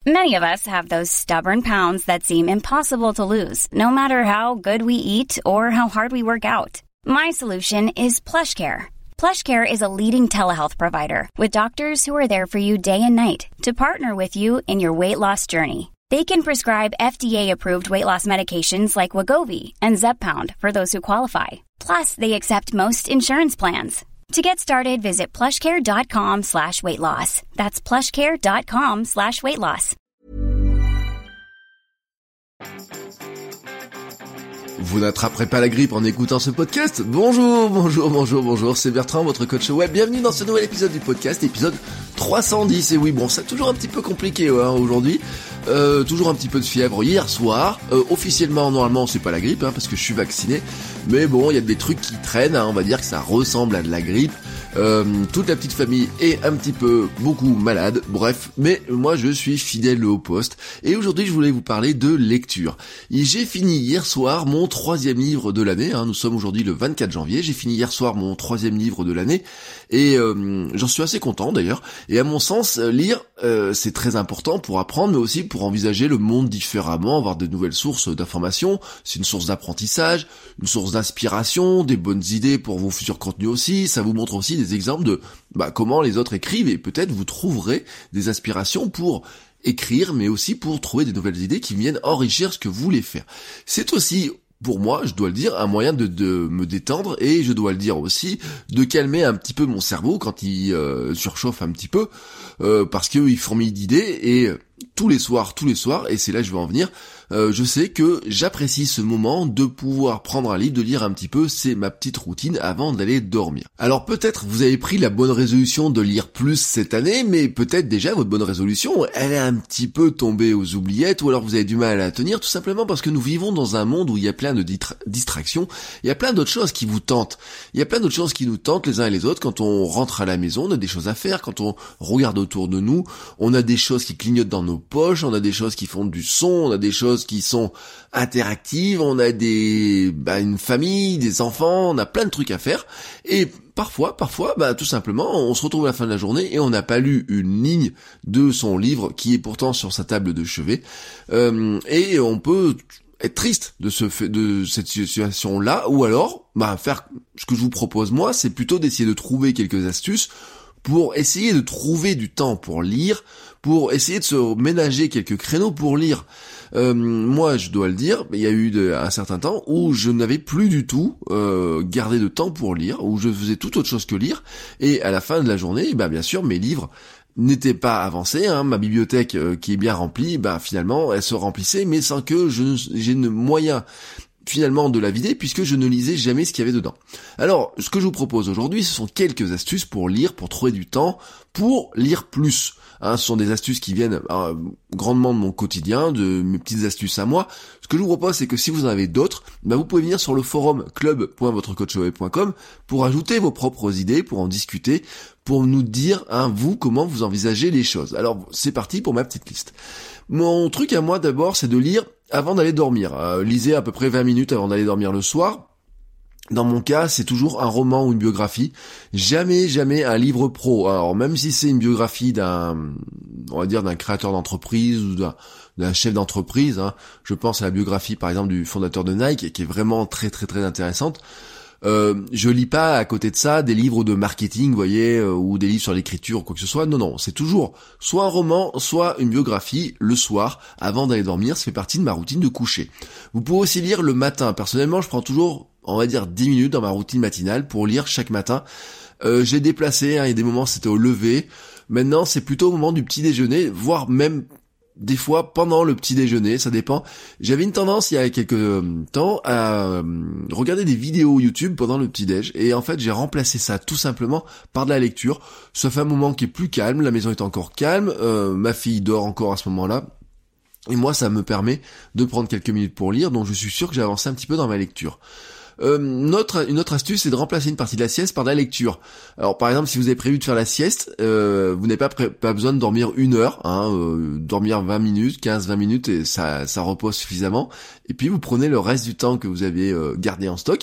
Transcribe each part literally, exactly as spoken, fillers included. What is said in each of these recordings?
Many of us have those stubborn pounds that seem impossible to lose, no matter how good we eat or how hard we work out. My solution is PlushCare. PlushCare is a leading telehealth provider with doctors who are there for you day and night to partner with you in your weight loss journey. They can prescribe F D A-approved weight loss medications like Wegovy and Zepbound for those who qualify. Plus, they accept most insurance plans. To get started, visit plushcare.com slash weight loss. That's plushcare.com slash weight loss. Vous n'attraperez pas la grippe en écoutant ce podcast. Bonjour, bonjour, bonjour, bonjour, c'est Bertrand, votre coach web. Bienvenue dans ce nouvel épisode du podcast, épisode trois cent dix. Et oui, bon, c'est toujours un petit peu compliqué hein, aujourd'hui. Euh, toujours un petit peu de fièvre hier soir. Euh, officiellement, normalement, c'est pas la grippe, hein, parce que je suis vacciné. Mais bon, il y a des trucs qui traînent, hein, on va dire que ça ressemble à de la grippe. Euh, toute la petite famille est un petit peu, beaucoup malade, bref, mais moi je suis fidèle au poste, et aujourd'hui je voulais vous parler de lecture. Et j'ai fini hier soir mon troisième livre de l'année, hein, nous sommes aujourd'hui le vingt-quatre janvier, j'ai fini hier soir mon troisième livre de l'année, et euh, j'en suis assez content d'ailleurs, et à mon sens, lire, euh, c'est très important pour apprendre, mais aussi pour envisager le monde différemment, avoir de nouvelles sources d'informations, c'est une source d'apprentissage, une source d'inspiration, des bonnes idées pour vos futurs contenus aussi, ça vous montre aussi des exemples de bah, comment les autres écrivent, et peut-être vous trouverez des inspirations pour écrire, mais aussi pour trouver des nouvelles idées qui viennent enrichir ce que vous voulez faire. C'est aussi, pour moi, je dois le dire, un moyen de, de me détendre, et je dois le dire aussi, de calmer un petit peu mon cerveau quand il euh, surchauffe un petit peu, euh, parce qu'il fourmille d'idées, et tous les soirs, tous les soirs, et c'est là que je vais en venir, Euh, je sais que j'apprécie ce moment de pouvoir prendre un livre, de lire un petit peu, c'est ma petite routine avant d'aller dormir. Alors peut-être vous avez pris la bonne résolution de lire plus cette année, mais peut-être déjà votre bonne résolution, elle est un petit peu tombée aux oubliettes, ou alors vous avez du mal à la tenir, tout simplement parce que nous vivons dans un monde où il y a plein de ditra- distractions, il y a plein d'autres choses qui vous tentent, il y a plein d'autres choses qui nous tentent les uns et les autres. Quand on rentre à la maison, on a des choses à faire, quand on regarde autour de nous, on a des choses qui clignotent dans nos poches, on a des choses qui font du son, on a des choses qui sont interactives, on a des bah, une famille, des enfants, on a plein de trucs à faire, et parfois, parfois, bah tout simplement, on se retrouve à la fin de la journée et on n'a pas lu une ligne de son livre qui est pourtant sur sa table de chevet, euh, et on peut être triste de ce fait, de cette situation-là, ou alors, bah faire ce que je vous propose moi, c'est plutôt d'essayer de trouver quelques astuces pour essayer de trouver du temps pour lire, pour essayer de se ménager quelques créneaux pour lire. Euh, moi, je dois le dire, il y a eu de, un certain temps où je n'avais plus du tout euh, gardé de temps pour lire, où je faisais toute autre chose que lire, et à la fin de la journée, bah bien sûr, mes livres n'étaient pas avancés, hein, ma bibliothèque euh, qui est bien remplie, bah finalement, elle se remplissait, mais sans que je j'ai le moyen finalement de la vider, puisque je ne lisais jamais ce qu'il y avait dedans. Alors, ce que je vous propose aujourd'hui, ce sont quelques astuces pour lire, pour trouver du temps, pour lire plus. Hein, ce sont des astuces qui viennent euh, grandement de mon quotidien, de mes petites astuces à moi. Ce que je vous propose, c'est que si vous en avez d'autres, bah, vous pouvez venir sur le forum club point votre coach web point com pour ajouter vos propres idées, pour en discuter, pour nous dire, hein, vous, comment vous envisagez les choses. Alors, c'est parti pour ma petite liste. Mon truc à moi, d'abord, c'est de lire avant d'aller dormir. Euh, lisez à peu près vingt minutes avant d'aller dormir le soir. Dans mon cas, c'est toujours un roman ou une biographie. Jamais, jamais un livre pro. Alors, même si c'est une biographie d'un, on va dire, d'un créateur d'entreprise ou d'un, d'un chef d'entreprise, hein. Je pense à la biographie, par exemple, du fondateur de Nike, qui est vraiment très, très, très intéressante. Euh, je lis pas à côté de ça des livres de marketing, vous voyez, euh, ou des livres sur l'écriture ou quoi que ce soit. Non, non, c'est toujours soit un roman, soit une biographie le soir, avant d'aller dormir. Ça fait partie de ma routine de coucher. Vous pouvez aussi lire le matin. Personnellement, je prends toujours, on va dire, dix minutes dans ma routine matinale pour lire chaque matin. Euh, j'ai déplacé, hein, il y a des moments c'était au lever. Maintenant, c'est plutôt au moment du petit déjeuner, voire même des fois pendant le petit déjeuner, ça dépend. J'avais une tendance il y a quelques temps à euh, regarder des vidéos YouTube pendant le petit déj, et en fait j'ai remplacé ça tout simplement par de la lecture. Ça fait un moment qui est plus calme, la maison est encore calme, euh, ma fille dort encore à ce moment-là, et moi ça me permet de prendre quelques minutes pour lire, donc je suis sûr que j'ai avancé un petit peu dans ma lecture. Euh, notre, une autre astuce, c'est de remplacer une partie de la sieste par de la lecture. Alors par exemple, si vous avez prévu de faire la sieste, euh, vous n'avez pas, pré- pas besoin de dormir une heure, hein, euh, dormir vingt minutes, quinze vingt minutes, et ça, ça repose suffisamment. Et puis vous prenez le reste du temps que vous avez euh, gardé en stock,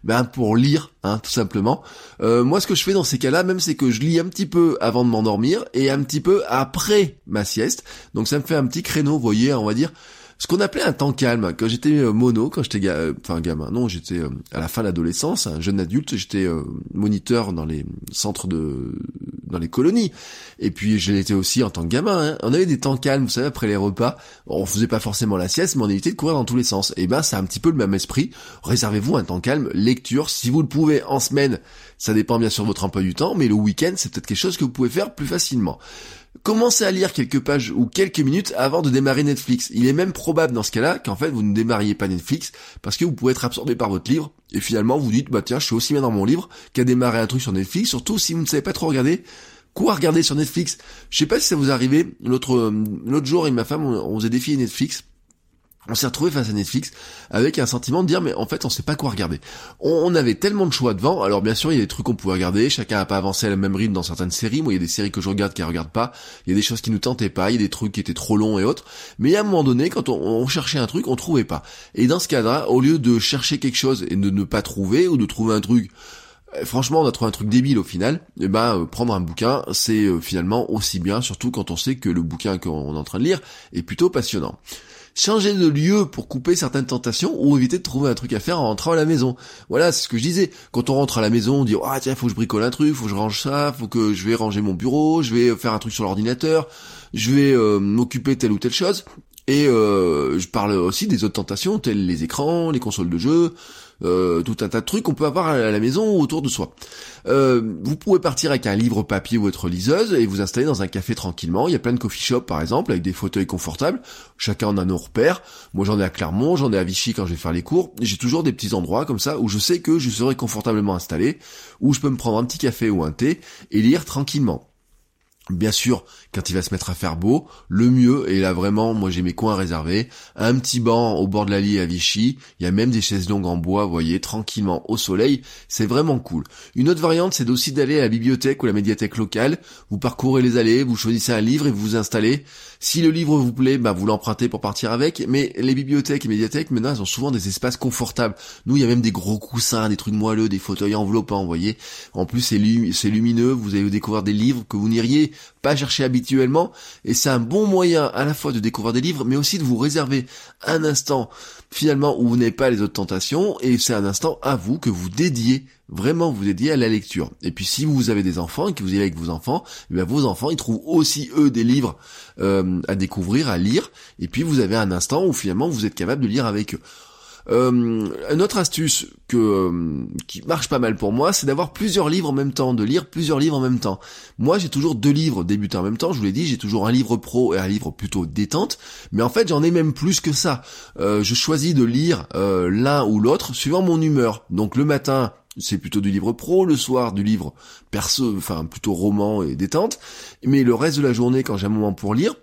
Ben pour lire, hein, tout simplement. Euh, moi ce que je fais dans ces cas-là, même c'est que je lis un petit peu avant de m'endormir et un petit peu après ma sieste. Donc ça me fait un petit créneau, vous voyez, on va dire ce qu'on appelait un temps calme. Quand j'étais euh, mono, quand j'étais ga- euh, enfin gamin, non, j'étais euh, à la fin de l'adolescence, un jeune adulte, j'étais euh, moniteur dans les centres de dans les colonies. Et puis je l'étais aussi en tant que gamin, hein. On avait des temps calmes, vous savez, après les repas, on faisait pas forcément la sieste, mais on évitait de courir dans tous les sens. Et ben c'est un petit peu le même esprit. Réservez-vous un temps calme, lecture, si vous le pouvez en semaine, ça dépend bien sûr de votre emploi du temps, mais le week-end c'est peut-être quelque chose que vous pouvez faire plus facilement. Commencez à lire quelques pages ou quelques minutes avant de démarrer Netflix. Il est même probable dans ce cas-là qu'en fait vous ne démarriez pas Netflix parce que vous pouvez être absorbé par votre livre et finalement vous dites bah tiens je suis aussi bien dans mon livre qu'à démarrer un truc sur Netflix, surtout si vous ne savez pas trop regarder. Quoi regarder sur Netflix? Je sais pas si ça vous est arrivé, l'autre l'autre jour avec ma femme on, on faisait défier Netflix. On s'est retrouvé face à Netflix avec un sentiment de dire mais en fait on sait pas quoi regarder. On, on avait tellement de choix devant, alors bien sûr il y a des trucs qu'on pouvait regarder, chacun a pas avancé à la même rythme dans certaines séries, moi il y a des séries que je regarde qui ne regardent pas, il y a des choses qui nous tentaient pas, il y a des trucs qui étaient trop longs et autres, mais à un moment donné quand on, on cherchait un truc on trouvait pas. Et dans ce cas-là, au lieu de chercher quelque chose et de ne pas trouver, ou de trouver un truc franchement on a trouvé un truc débile au final, et ben euh, prendre un bouquin c'est euh, finalement aussi bien, surtout quand on sait que le bouquin qu'on est en train de lire est plutôt passionnant. Changer de lieu pour couper certaines tentations ou éviter de trouver un truc à faire en rentrant à la maison. Voilà, c'est ce que je disais. Quand on rentre à la maison, on dit ah tiens, faut que je bricole un truc, faut que je range ça, faut que je vais ranger mon bureau, je vais faire un truc sur l'ordinateur, je vais euh, m'occuper de telle ou telle chose. Et euh, je parle aussi des autres tentations, telles les écrans, les consoles de jeux, euh, tout un tas de trucs qu'on peut avoir à la maison ou autour de soi. Euh, vous pouvez partir avec un livre papier ou votre liseuse et vous installer dans un café tranquillement. Il y a plein de coffee shops par exemple avec des fauteuils confortables. Chacun en a nos repères. Moi j'en ai à Clermont, j'en ai à Vichy quand je vais faire les cours. J'ai toujours des petits endroits comme ça où je sais que je serai confortablement installé, où je peux me prendre un petit café ou un thé et lire tranquillement. Bien sûr, quand il va se mettre à faire beau, le mieux, et là vraiment, moi j'ai mes coins réservés, un petit banc au bord de l'allée à Vichy, il y a même des chaises longues en bois, vous voyez, tranquillement au soleil, c'est vraiment cool. Une autre variante, c'est aussi d'aller à la bibliothèque ou la médiathèque locale, vous parcourez les allées, vous choisissez un livre et vous vous installez. Si le livre vous plaît, bah vous l'empruntez pour partir avec, mais les bibliothèques et médiathèques, maintenant, elles ont souvent des espaces confortables. Nous, il y a même des gros coussins, des trucs moelleux, des fauteuils enveloppants, vous voyez. En plus, c'est, lum- c'est lumineux, vous allez découvrir des livres que vous n'iriez pas chercher habituellement, et c'est un bon moyen à la fois de découvrir des livres, mais aussi de vous réserver un instant, finalement, où vous n'avez pas les autres tentations, et c'est un instant à vous que vous dédiez, vraiment vous dédiez à la lecture. Et puis si vous avez des enfants et que vous y allez avec vos enfants, eh bien vos enfants ils trouvent aussi eux des livres euh, à découvrir, à lire, et puis vous avez un instant où finalement vous êtes capable de lire avec eux. Euh, une autre astuce que euh, qui marche pas mal pour moi, c'est d'avoir plusieurs livres en même temps, de lire plusieurs livres en même temps. Moi, j'ai toujours deux livres débutés en même temps. Je vous l'ai dit, j'ai toujours un livre pro et un livre plutôt détente. Mais en fait, j'en ai même plus que ça. Euh, je choisis de lire euh, l'un ou l'autre suivant mon humeur. Donc le matin, c'est plutôt du livre pro, le soir du livre perso, enfin plutôt roman et détente. Mais le reste de la journée, quand j'ai un moment pour lire,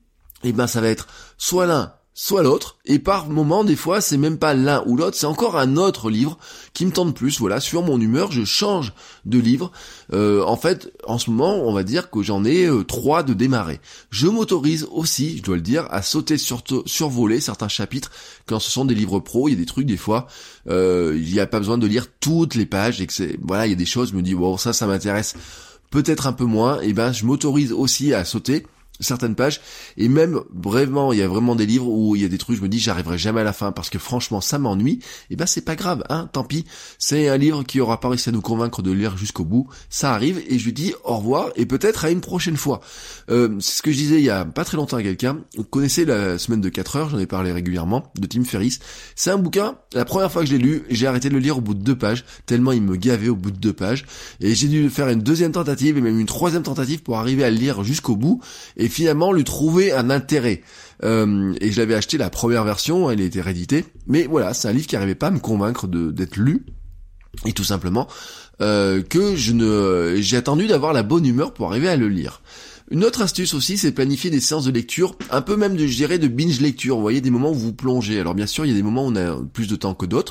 eh ben ça va être soit l'un, soit l'autre, et par moment, des fois, c'est même pas l'un ou l'autre, c'est encore un autre livre qui me tente plus, voilà, suivant mon humeur, je change de livre. Euh, en fait, en ce moment, on va dire que j'en ai euh, trois de démarrer. Je m'autorise aussi, je dois le dire, à sauter sur survoler certains chapitres quand ce sont des livres pro. Il y a des trucs, des fois, euh, il n'y a pas besoin de lire toutes les pages, et que c'est, voilà, il y a des choses, je me dis, bon, ça, ça m'intéresse peut-être un peu moins, et ben, je m'autorise aussi à sauter certaines pages, et même vraiment il y a vraiment des livres où il y a des trucs je me dis j'arriverai jamais à la fin parce que franchement ça m'ennuie, et ben c'est pas grave, hein, tant pis, c'est un livre qui aura pas réussi à nous convaincre de lire jusqu'au bout, ça arrive, et je lui dis au revoir et peut-être à une prochaine fois. Euh, c'est ce que je disais il y a pas très longtemps à quelqu'un. Vous connaissez la semaine de quatre heures, j'en ai parlé régulièrement, de Tim Ferriss. C'est un bouquin, la première fois que je l'ai lu, j'ai arrêté de le lire au bout de deux pages, tellement il me gavait au bout de deux pages, et j'ai dû faire une deuxième tentative et même une troisième tentative pour arriver à le lire jusqu'au bout, et finalement lui trouver un intérêt. Euh, et je l'avais acheté la première version, elle était rééditée, mais voilà, c'est un livre qui n'arrivait pas à me convaincre de, d'être lu, et tout simplement euh, que je ne, j'ai attendu d'avoir la bonne humeur pour arriver à le lire. Une autre astuce aussi, c'est de planifier des séances de lecture, un peu même de, je dirais, de binge lecture. Vous voyez, des moments où vous plongez. Alors bien sûr, il y a des moments où on a plus de temps que d'autres.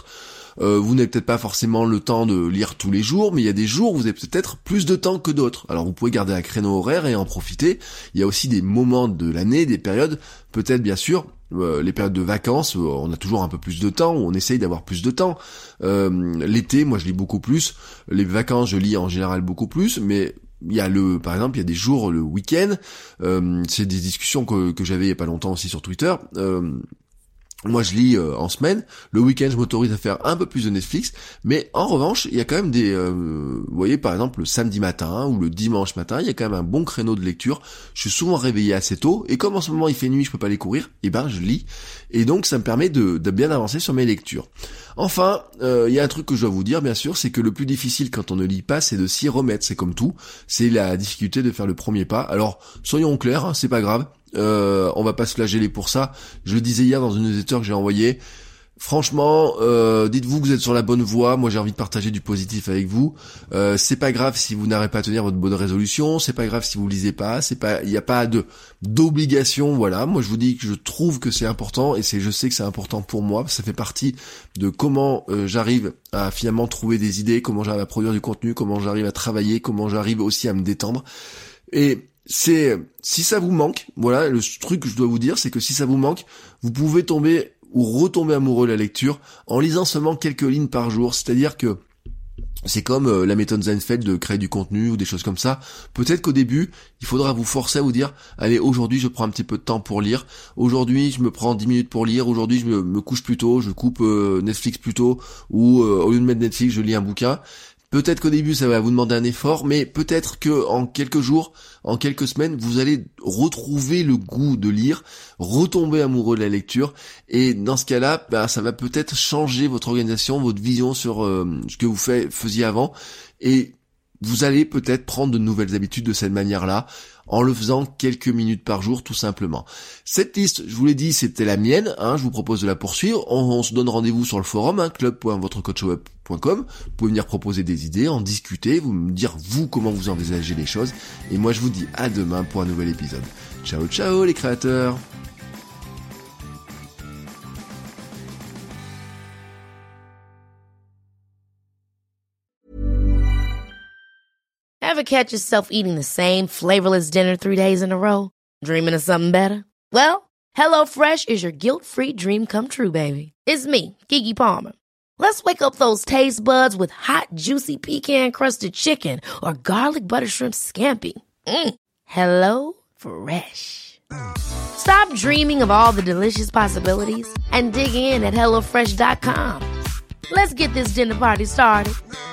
Euh, vous n'avez peut-être pas forcément le temps de lire tous les jours, mais il y a des jours où vous avez peut-être plus de temps que d'autres. Alors vous pouvez garder un créneau horaire et en profiter. Il y a aussi des moments de l'année, des périodes, peut-être bien sûr, euh, les périodes de vacances, euh, on a toujours un peu plus de temps, on essaye d'avoir plus de temps. Euh, l'été, moi je lis beaucoup plus. Les vacances, je lis en général beaucoup plus, mais il y a le, par exemple, il y a des jours le week-end. Euh, c'est des discussions que, que j'avais il y a pas longtemps aussi sur Twitter. Euh, Moi, je lis euh, en semaine. Le week-end, je m'autorise à faire un peu plus de Netflix. Mais en revanche, il y a quand même des... Euh, vous voyez, par exemple, le samedi matin ou le dimanche matin, il y a quand même un bon créneau de lecture. Je suis souvent réveillé assez tôt. Et comme en ce moment, il fait nuit, je peux pas aller courir, eh ben, je lis. Et donc, ça me permet de, de bien avancer sur mes lectures. Enfin, euh, il y a un truc que je dois vous dire, bien sûr, c'est que le plus difficile quand on ne lit pas, c'est de s'y remettre. C'est comme tout. C'est la difficulté de faire le premier pas. Alors, soyons clairs, hein, c'est pas grave. Euh, on va pas se flageller pour ça. Je le disais hier dans une newsletter que j'ai envoyée. Franchement, euh, dites-vous que vous êtes sur la bonne voie. Moi, j'ai envie de partager du positif avec vous. Euh, c'est pas grave si vous n'arrivez pas à tenir votre bonne résolution. C'est pas grave si vous lisez pas. C'est pas, il n'y a pas de d'obligation. Voilà. Moi, je vous dis que je trouve que c'est important et c'est, je sais que c'est important pour moi. Ça fait partie de comment euh, j'arrive à finalement trouver des idées, comment j'arrive à produire du contenu, comment j'arrive à travailler, comment j'arrive aussi à me détendre. Et c'est, si ça vous manque, voilà, le truc que je dois vous dire, c'est que si ça vous manque, vous pouvez tomber ou retomber amoureux de la lecture en lisant seulement quelques lignes par jour. C'est-à-dire que c'est comme euh, la méthode Seinfeld de créer du contenu ou des choses comme ça. Peut-être qu'au début, il faudra vous forcer à vous dire, allez, aujourd'hui, je prends un petit peu de temps pour lire. Aujourd'hui, je me prends dix minutes pour lire. Aujourd'hui, je me, me couche plus tôt, je coupe euh, Netflix plus tôt, ou euh, au lieu de mettre Netflix, je lis un bouquin. Peut-être qu'au début ça va vous demander un effort, mais peut-être que en quelques jours, en quelques semaines, vous allez retrouver le goût de lire, retomber amoureux de la lecture, et dans ce cas-là, bah, ça va peut-être changer votre organisation, votre vision sur euh, ce que vous fait, faisiez avant, et vous allez peut-être prendre de nouvelles habitudes de cette manière-là, en le faisant quelques minutes par jour, tout simplement. Cette liste, je vous l'ai dit, c'était la mienne, hein, je vous propose de la poursuivre. On, on se donne rendez-vous sur le forum, hein, club point votre coach web point com. Vous pouvez venir proposer des idées, en discuter, vous me dire, vous, comment vous envisagez les choses. Et moi, je vous dis à demain pour un nouvel épisode. Ciao, ciao, les créateurs! Ever catch yourself eating the same flavorless dinner three days in a row? Dreaming of something better? Well, HelloFresh is your guilt-free dream come true, baby. It's me, Keke Palmer. Let's wake up those taste buds with hot, juicy pecan-crusted chicken or garlic butter shrimp scampi. Mm. Hello Fresh. Stop dreaming of all the delicious possibilities and dig in at hello fresh dot com. Let's get this dinner party started.